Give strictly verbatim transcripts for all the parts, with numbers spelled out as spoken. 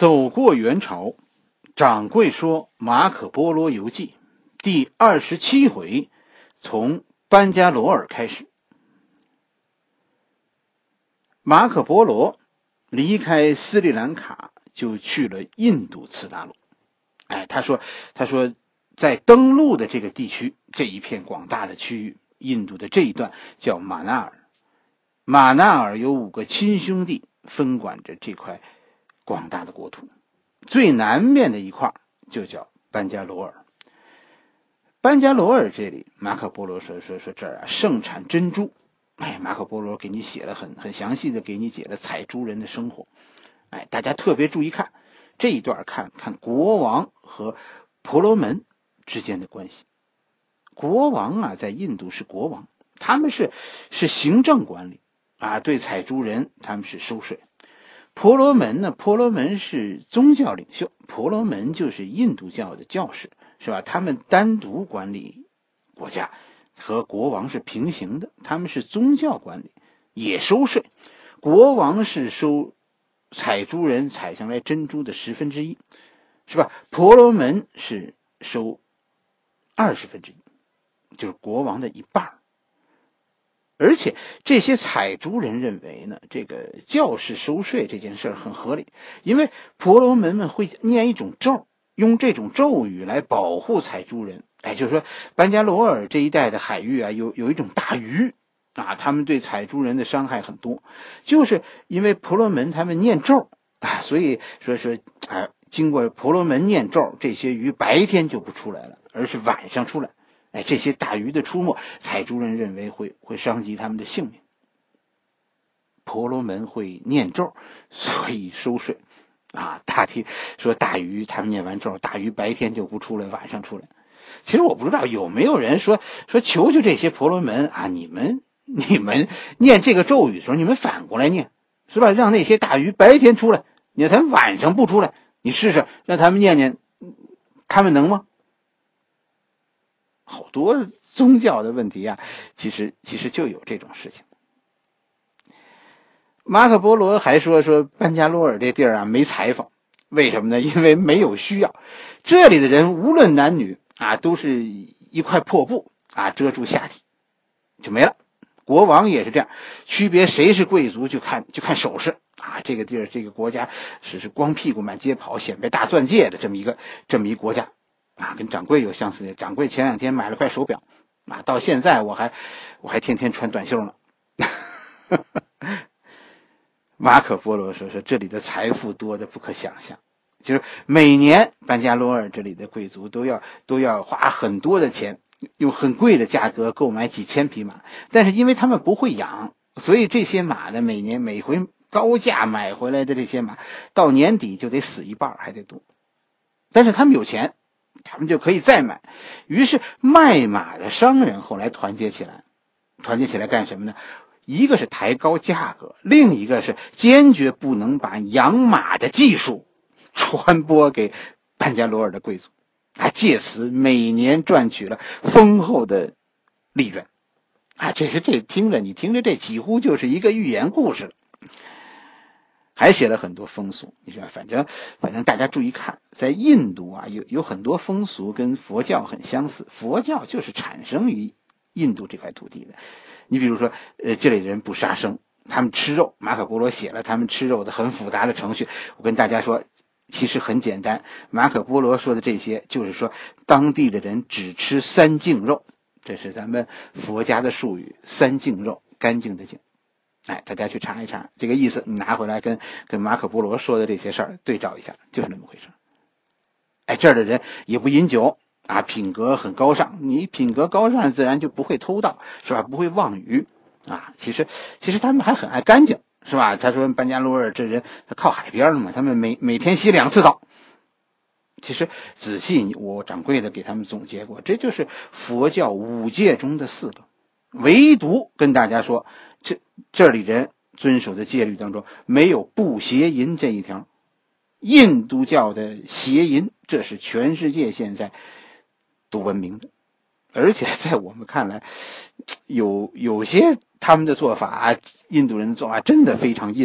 走过元朝，掌柜说马可波罗游记第二十七回，从班加罗尔开始。马可波罗离开斯里兰卡就去了印度次大陆。哎，他说他说在登陆的这个地区，这一片广大的区域，印度的这一段叫马纳尔。马纳尔有五个亲兄弟分管着这块广大的国土，最南面的一块就叫班加罗尔。班加罗尔这里，马可波罗说说说这儿啊盛产珍珠。哎，马可波罗给你写了很很详细的给你解了采珠人的生活。哎，大家特别注意看这一段，看看国王和婆罗门之间的关系。国王啊，在印度是国王，他们是是行政管理啊，对采珠人他们是收税。婆罗门呢，婆罗门是宗教领袖，婆罗门就是印度教的教士，是吧？他们单独管理国家，和国王是平行的，他们是宗教管理，也收税。国王是收采珠人采下来珍珠的十分之一，是吧？婆罗门是收二十分之一，就是国王的一半。而且这些采珠人认为呢，这个教士收税这件事很合理，因为婆罗门们会念一种咒，用这种咒语来保护采珠人。哎，就是说班加罗尔这一带的海域啊，有有一种大鱼啊，他们对采珠人的伤害很多，就是因为婆罗门他们念咒啊，所以说说啊，经过婆罗门念咒，这些鱼白天就不出来了，而是晚上出来。哎，这些大鱼的出没，采珠人认为会会伤及他们的性命。婆罗门会念咒，所以收税啊。大体说大鱼他们念完咒，大鱼白天就不出来，晚上出来。其实我不知道有没有人说说求求这些婆罗门啊，你们你们念这个咒语的时候，你们反过来念，是吧？让那些大鱼白天出来，你让他们晚上不出来，你试试让他们念念，他们能吗？好多宗教的问题啊，其实其实就有这种事情。马可波罗还说说班加罗尔这地儿啊没裁缝，为什么呢？因为没有需要，这里的人无论男女啊，都是一块破布啊遮住下体就没了。国王也是这样，区别谁是贵族就看就看首饰啊。这个地儿这个国家是是光屁股满街跑显摆大钻戒的这么一个这么一国家啊，跟掌柜有相似的。掌柜前两天买了块手表啊，到现在我还我还天天穿短袖呢。马可波罗说说这里的财富多的不可想象，就是每年班加罗尔这里的贵族都要都要花很多的钱，用很贵的价格购买几千匹马，但是因为他们不会养，所以这些马呢，每年每回高价买回来的这些马，到年底就得死一半还得多。但是他们有钱，他们就可以再买。于是卖马的商人后来团结起来，团结起来干什么呢？一个是抬高价格，另一个是坚决不能把养马的技术传播给班加罗尔的贵族，啊，借此每年赚取了丰厚的利润。啊，这是这听着你听着这几乎就是一个寓言故事了。还写了很多风俗，你说反正反正大家注意看，在印度啊，有有很多风俗跟佛教很相似，佛教就是产生于印度这块土地的。你比如说，呃，这里的人不杀生，他们吃肉。马可波罗写了他们吃肉的很复杂的程序。我跟大家说，其实很简单。马可波罗说的这些，就是说当地的人只吃三净肉，这是咱们佛家的术语，三净肉，干净的净。哎，大家去查一查这个意思，你拿回来跟跟马可波罗说的这些事儿对照一下，就是那么回事。哎，这儿的人也不饮酒。啊，品格很高尚，你品格高尚，自然就不会偷盗，是吧？不会妄语，啊，其实其实他们还很爱干净，是吧？他说班加罗尔这人他靠海边嘛，他们每每天洗两次澡。其实仔细我掌柜的给他们总结过，这就是佛教五戒中的四个，唯独跟大家说，这这里人遵守的戒律当中没有不邪淫这一条。印度教的邪淫，这是全世界现在都文明的，而且在我们看来，有有些他们的做法，印度人的做法真的非常印度。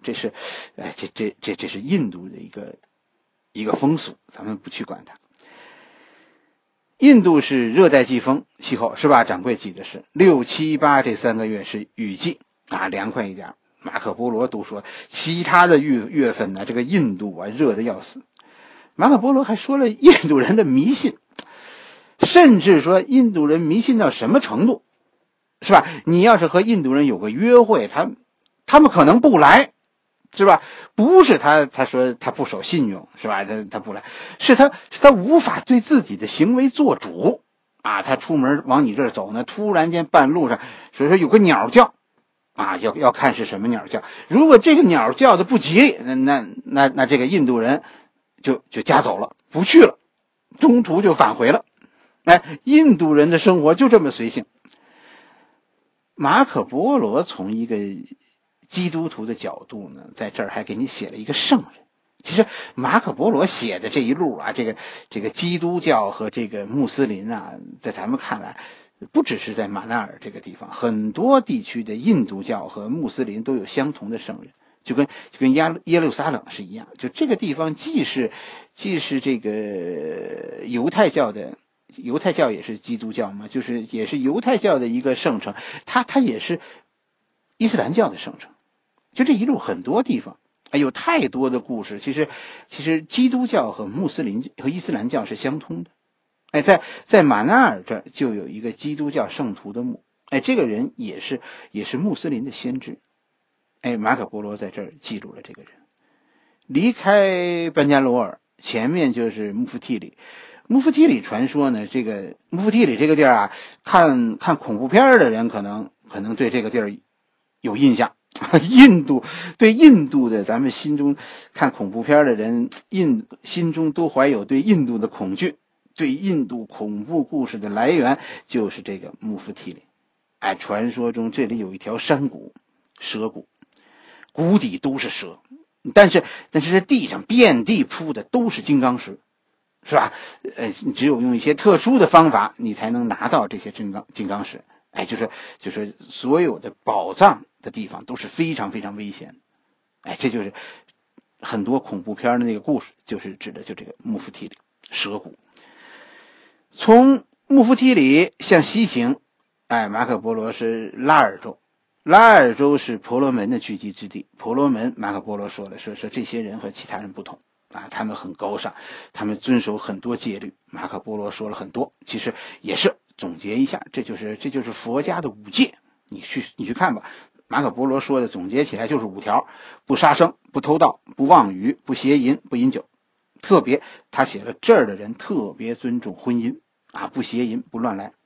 这是，哎，这这这这是印度的一个一个风俗，咱们不去管它。印度是热带季风气候，是吧？掌柜记得是六七八这三个月是雨季啊，凉快一点。马可波罗都说，其他的月月份呢，这个印度啊热得要死。马可波罗还说了印度人的迷信，甚至说印度人迷信到什么程度，是吧？你要是和印度人有个约会，他他们可能不来，是吧？不是他他说他不守信用，是吧？他他不来，是他是他无法对自己的行为做主啊！他出门往你这儿走呢，突然间半路上，所以说有个鸟叫啊，要要看是什么鸟叫。如果这个鸟叫的不吉利，那那那那这个印度人就就夹走了，不去了，中途就返回了。哎，印度人的生活就这么随性。马可波罗从一个基督徒的角度呢，在这儿还给你写了一个圣人。其实马可波罗写的这一路啊，这个这个基督教和这个穆斯林啊，在咱们看来，不只是在马纳尔这个地方，很多地区的印度教和穆斯林都有相同的圣人，就跟就跟耶耶路撒冷是一样。就这个地方既是既是这个犹太教的。犹太教也是基督教嘛，就是也是犹太教的一个圣城，它它也是伊斯兰教的圣城。就这一路很多地方，哎，有太多的故事。其实其实基督教和穆斯林和伊斯兰教是相通的。哎，在在马纳尔这儿就有一个基督教圣徒的墓，哎，这个人也是也是穆斯林的先知。哎，马可波罗在这儿记录了这个人。离开班加罗尔，前面就是穆夫提里。穆夫提里传说呢，这个穆夫提里这个地儿啊，看看恐怖片的人可能可能对这个地儿有印象。印度对印度的，咱们心中看恐怖片的人，印心中都怀有对印度的恐惧。对印度恐怖故事的来源就是这个穆夫提里。哎，传说中这里有一条山谷，蛇谷，谷底都是蛇，但是但是这地上遍地铺的都是金刚石。是吧？呃，只有用一些特殊的方法，你才能拿到这些金刚金刚石。哎，就是就是所有的宝藏的地方都是非常非常危险。哎，这就是很多恐怖片的那个故事，就是指的就这个穆夫提里蛇谷。从穆夫提里向西行，哎，马可波罗是拉尔州，拉尔州是婆罗门的聚集之地。婆罗门，马可波罗说了，说说这些人和其他人不同。啊，他们很高尚，他们遵守很多戒律。马可波罗说了很多，其实也是总结一下，这就是这就是佛家的五戒。你去你去看吧，马可波罗说的总结起来就是五条：不杀生，不偷盗，不妄语，不邪淫，不饮酒。特别他写了这儿的人特别尊重婚姻啊，不邪淫，不乱来。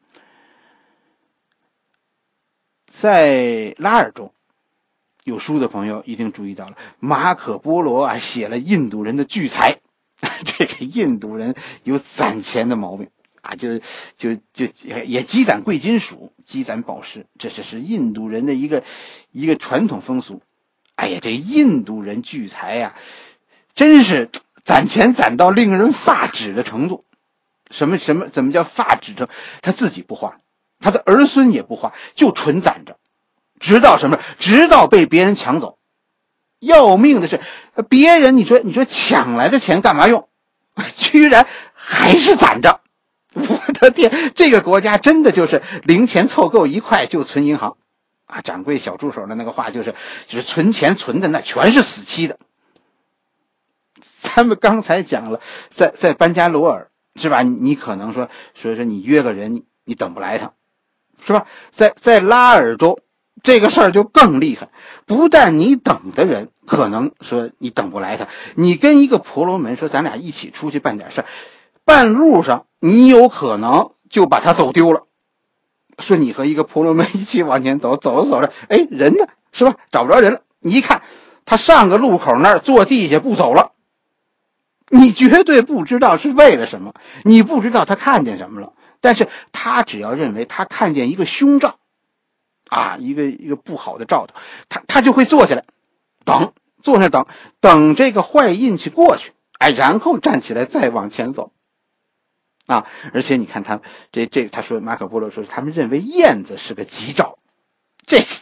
在拉尔州。有书的朋友一定注意到了，马可波罗啊写了印度人的聚财。这个印度人有攒钱的毛病啊，就就就也积攒贵金属，积攒宝石，这是是印度人的一个一个传统风俗。哎呀，这印度人聚财呀、啊，真是攒钱攒到令人发指的程度。什么什么怎么叫发指程？他自己不花，他的儿孙也不花，就纯攒着。直到什么？直到被别人抢走。要命的是，别人你说你说抢来的钱干嘛用？居然还是攒着。我的天，这个国家真的就是零钱凑够一块就存银行啊！掌柜小助手的那个话就是就是存钱存的那全是死期的。咱们刚才讲了，在在班加罗尔是吧？你可能说说说你约个人，你你等不来他，是吧？在在拉尔州。这个事儿就更厉害，不但你等的人可能说你等不来他，你跟一个婆罗门说咱俩一起出去办点事儿，半路上你有可能就把他走丢了。说你和一个婆罗门一起往前走，走着走着，哎，人呢？是吧？找不着人了。你一看，他上个路口那儿坐地下不走了，你绝对不知道是为了什么，你不知道他看见什么了，但是他只要认为他看见一个凶兆。啊，一个一个不好的兆头，他他就会坐下来，等，坐那等，等这个坏运气过去，哎，然后站起来再往前走。啊，而且你看他这这，他说马可波罗说他们认为燕子是个吉兆，这这更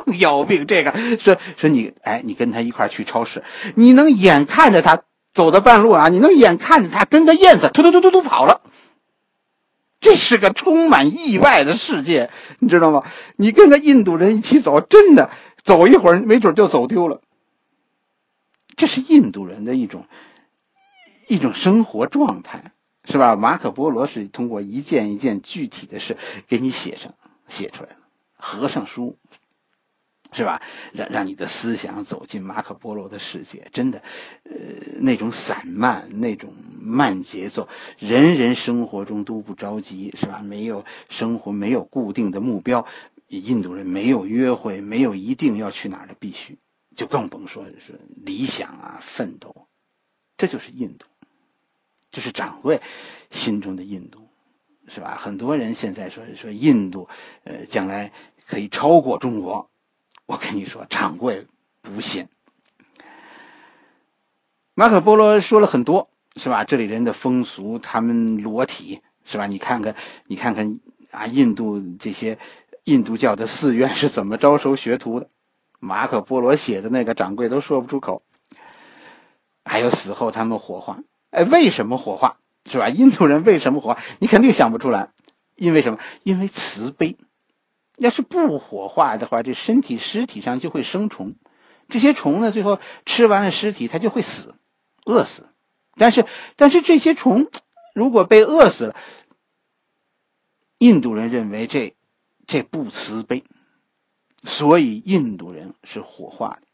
要命。这个说说你，哎，你跟他一块去超市，你能眼看着他走到半路啊，你能眼看着他跟个燕子突突突突突跑了。这是个充满意外的世界，你知道吗？你跟个印度人一起走，真的走一会儿没准就走丢了。这是印度人的一种一种生活状态，是吧？马可波罗是通过一件一件具体的事给你写上写出来了，合上书，是吧？让让你的思想走进马可波罗的世界，真的，呃，那种散漫，那种慢节奏，人人生活中都不着急，是吧？没有生活，没有固定的目标，印度人没有约会，没有一定要去哪儿的必须，就更甭说是理想啊，奋斗，这就是印度，这是掌柜心中的印度，是吧？很多人现在说说印度，呃，将来可以超过中国。我跟你说，掌柜不信。马可波罗说了很多，是吧？这里人的风俗，他们裸体，是吧？你看看，你看看啊，印度这些印度教的寺院是怎么招收学徒的？马可波罗写的那个掌柜都说不出口。还有死后他们火化，哎，为什么火化？是吧？印度人为什么火化？你肯定想不出来，因为什么？因为慈悲。要是不火化的话，这身体尸体上就会生虫，这些虫呢，最后吃完了尸体，它就会死，饿死。但是，但是这些虫如果被饿死了，印度人认为这这不慈悲，所以印度人是火化的。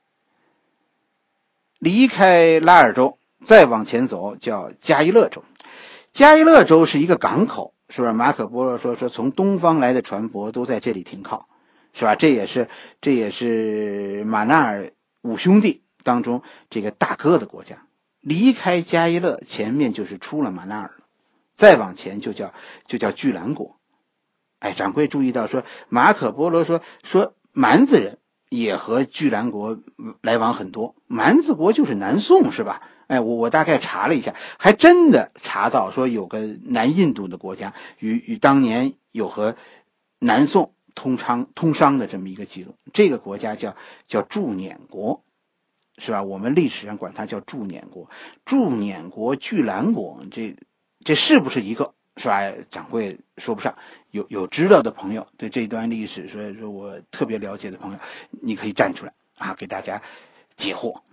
离开拉尔州，再往前走叫加伊勒州。加伊勒州是一个港口，是吧？马可波罗说说从东方来的船舶都在这里停靠，是吧？这也是这也是马纳尔五兄弟当中这个大哥的国家。离开加伊勒，前面就是出了马纳尔了，再往前就叫就叫巨兰国。哎，掌柜注意到说，马可波罗说说蛮子人也和巨兰国来往很多，蛮子国就是南宋，是吧？哎，我我大概查了一下，还真的查到说有个南印度的国家与与当年有和南宋通商通商的这么一个记录。这个国家叫叫驻捻国，是吧？我们历史上管它叫驻捻国。驻捻国、巨兰国，这这是不是一个？是吧？掌柜说不上。有有知道的朋友，对这段历史说说我特别了解的朋友，你可以站出来啊，给大家解惑。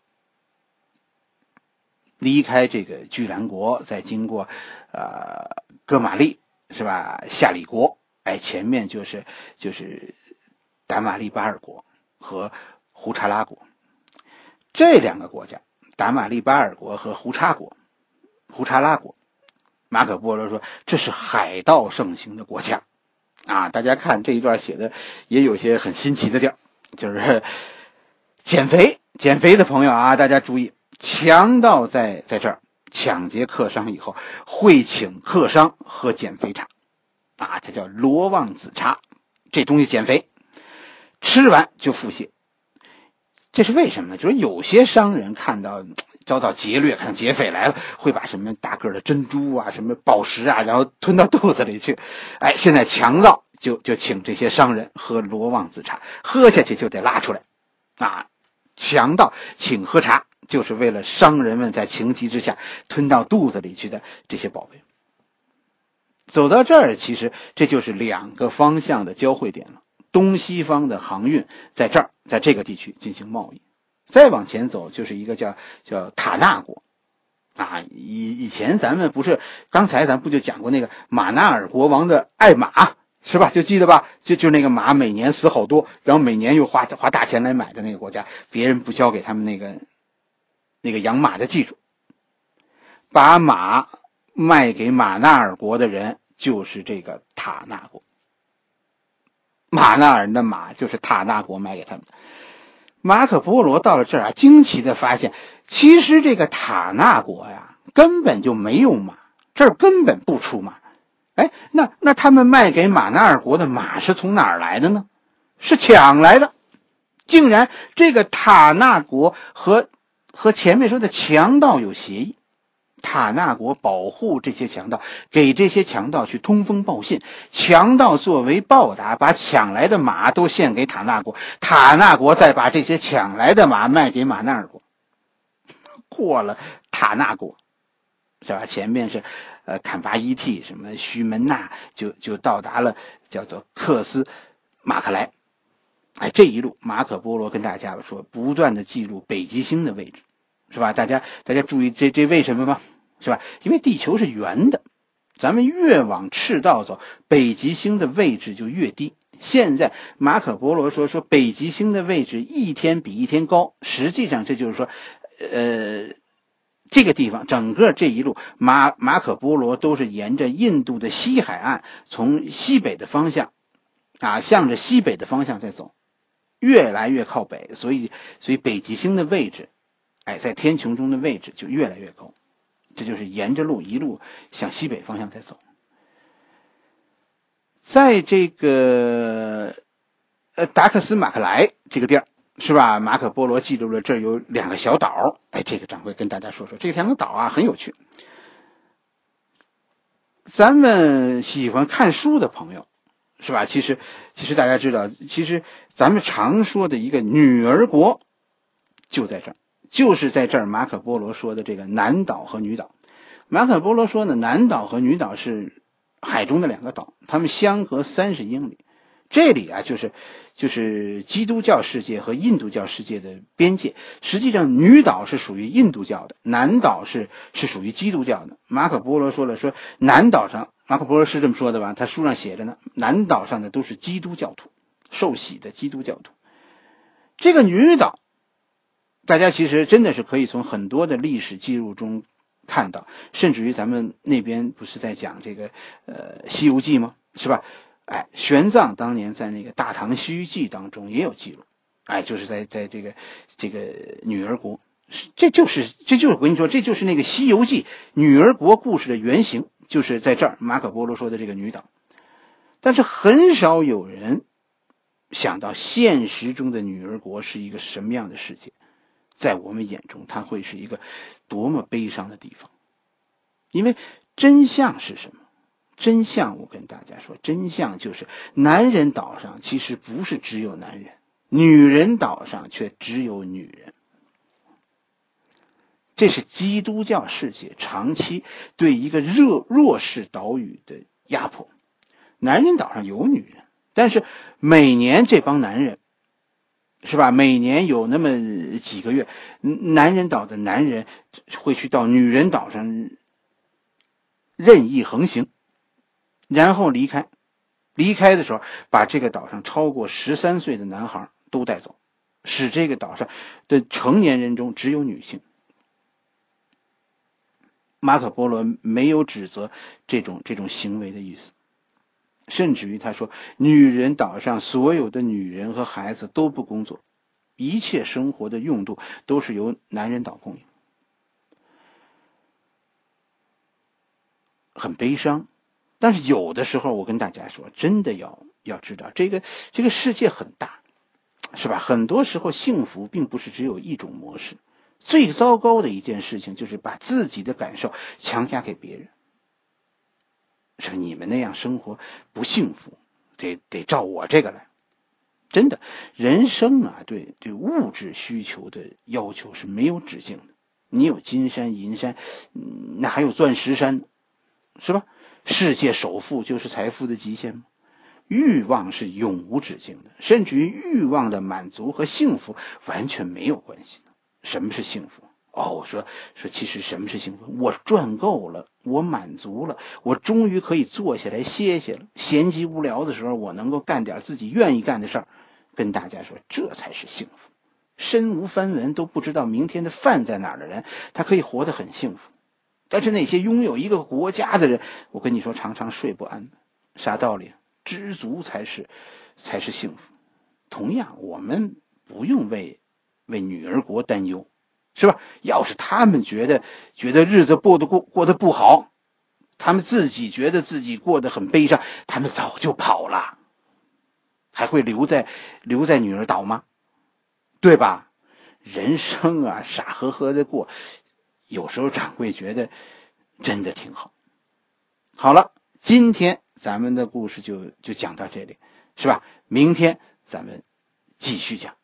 离开这个巨兰国，再经过呃哥马利，是吧？夏里国，哎，前面就是就是达马利巴尔国和胡查拉国。这两个国家，达马利巴尔国和胡查国胡查拉国，马可波罗说这是海盗盛行的国家啊！大家看这一段写的也有些很新奇的地儿，就是减肥减肥的朋友啊，大家注意，强盗在在这儿抢劫客商以后，会请客商喝减肥茶啊，这叫罗旺子茶，这东西减肥，吃完就腹泻。这是为什么呢？就是有些商人看到遭到劫掠，看劫匪来了，会把什么大个的珍珠啊、什么宝石啊，然后吞到肚子里去。哎，现在强盗就就请这些商人喝罗旺子茶，喝下去就得拉出来。啊，强盗请喝茶，就是为了商人们在情急之下吞到肚子里去的这些宝贝。走到这儿，其实这就是两个方向的交汇点了。东西方的航运在这儿，在这个地区进行贸易。再往前走，就是一个叫叫塔纳国啊。以以前咱们不是刚才咱不就讲过那个马纳尔国王的爱马，是吧？就记得吧？就就那个马每年死好多，然后每年又花花大钱来买的那个国家，别人不交给他们那个那个养马的技术，把马卖给马纳尔国的人就是这个塔纳国。马纳尔的马就是塔纳国卖给他们的。马可波罗到了这儿啊，惊奇的发现，其实这个塔纳国呀，根本就没有马，这儿根本不出马。哎，那那他们卖给马纳尔国的马是从哪儿来的呢？是抢来的。竟然这个塔纳国和和前面说的强盗有协议， 塔纳国保护这些强盗，给这些强盗去通风报信，强盗作为报答把抢来的马都献给塔纳国，塔纳国再把这些抢来的马卖给马纳尔国。过了塔纳国是吧，前面是呃坎巴伊蒂什么须门纳，就就到达了叫做克斯马克莱。哎，这一路马可波罗跟大家说，不断的记录北极星的位置，是吧？大家大家注意这这为什么吗？是吧？因为地球是圆的，咱们越往赤道走，北极星的位置就越低。现在马可波罗说说北极星的位置一天比一天高，实际上这就是说，呃，这个地方整个这一路马马可波罗都是沿着印度的西海岸，从西北的方向啊，向着西北的方向在走，越来越靠北，所以所以北极星的位置，哎，在天穹中的位置就越来越高。这就是沿着路一路向西北方向在走。在这个呃达克斯马克莱这个地儿，是吧？马可波罗记录了这儿有两个小岛，哎，这个掌柜跟大家说说，这两个岛啊很有趣。咱们喜欢看书的朋友，是吧？其实其实大家知道，其实咱们常说的一个女儿国就在这儿。就是在这儿马可波罗说的这个南岛和女岛。马可波罗说呢，南岛和女岛是海中的两个岛，它们相隔三十英里。这里啊就是就是基督教世界和印度教世界的边界。实际上女岛是属于印度教的，南岛是是属于基督教的。马可波罗说了，说南岛上，马可波罗是这么说的吧，他书上写着呢，南岛上的都是基督教徒，受洗的基督教徒。这个女岛大家其实真的是可以从很多的历史记录中看到，甚至于咱们那边不是在讲这个呃《西游记》吗？是吧？哎，玄奘当年在那个《大唐西域记》当中也有记录，哎，就是在在这个这个女儿国，这就是这就是我跟你说，这就是那个《西游记》女儿国故事的原型，就是在这儿马可波罗说的这个女岛。但是很少有人想到现实中的女儿国是一个什么样的世界。在我们眼中，它会是一个多么悲伤的地方。因为真相是什么？真相我跟大家说，真相就是男人岛上其实不是只有男人，女人岛上却只有女人。这是基督教世界长期对一个弱弱势岛屿的压迫。男人岛上有女人，但是每年这帮男人是吧？每年有那么几个月，男人岛的男人会去到女人岛上任意横行，然后离开。离开的时候，把这个岛上超过十三岁的男孩都带走，使这个岛上的成年人中只有女性。马可波罗没有指责这种这种行为的意思，甚至于他说，女人岛上所有的女人和孩子都不工作，一切生活的用度都是由男人岛供应。很悲伤，但是有的时候我跟大家说，真的要要知道，这个这个世界很大，是吧？很多时候幸福并不是只有一种模式。最糟糕的一件事情就是把自己的感受强加给别人，说你们那样生活不幸福，得得照我这个来。真的，人生啊，对对物质需求的要求是没有止境的。你有金山银山，嗯，那还有钻石山呢，是吧？世界首富就是财富的极限吗？欲望是永无止境的，甚至于欲望的满足和幸福完全没有关系的。什么是幸福？哦，我说说，其实什么是幸福？我赚够了，我满足了，我终于可以坐下来歇歇了。闲极无聊的时候，我能够干点自己愿意干的事儿。跟大家说，这才是幸福。身无分文都不知道明天的饭在哪儿的人，他可以活得很幸福。但是那些拥有一个国家的人，我跟你说，常常睡不安。啥道理？知足才是才是幸福。同样，我们不用为为女儿国担忧，是吧？要是他们觉得觉得日子过得过过得不好，他们自己觉得自己过得很悲伤，他们早就跑了，还会留在留在女儿岛吗？对吧？人生啊，傻呵呵的过， 有时候掌柜觉得真的挺好。好了，今天咱们的故事就就讲到这里，是吧？明天咱们继续讲。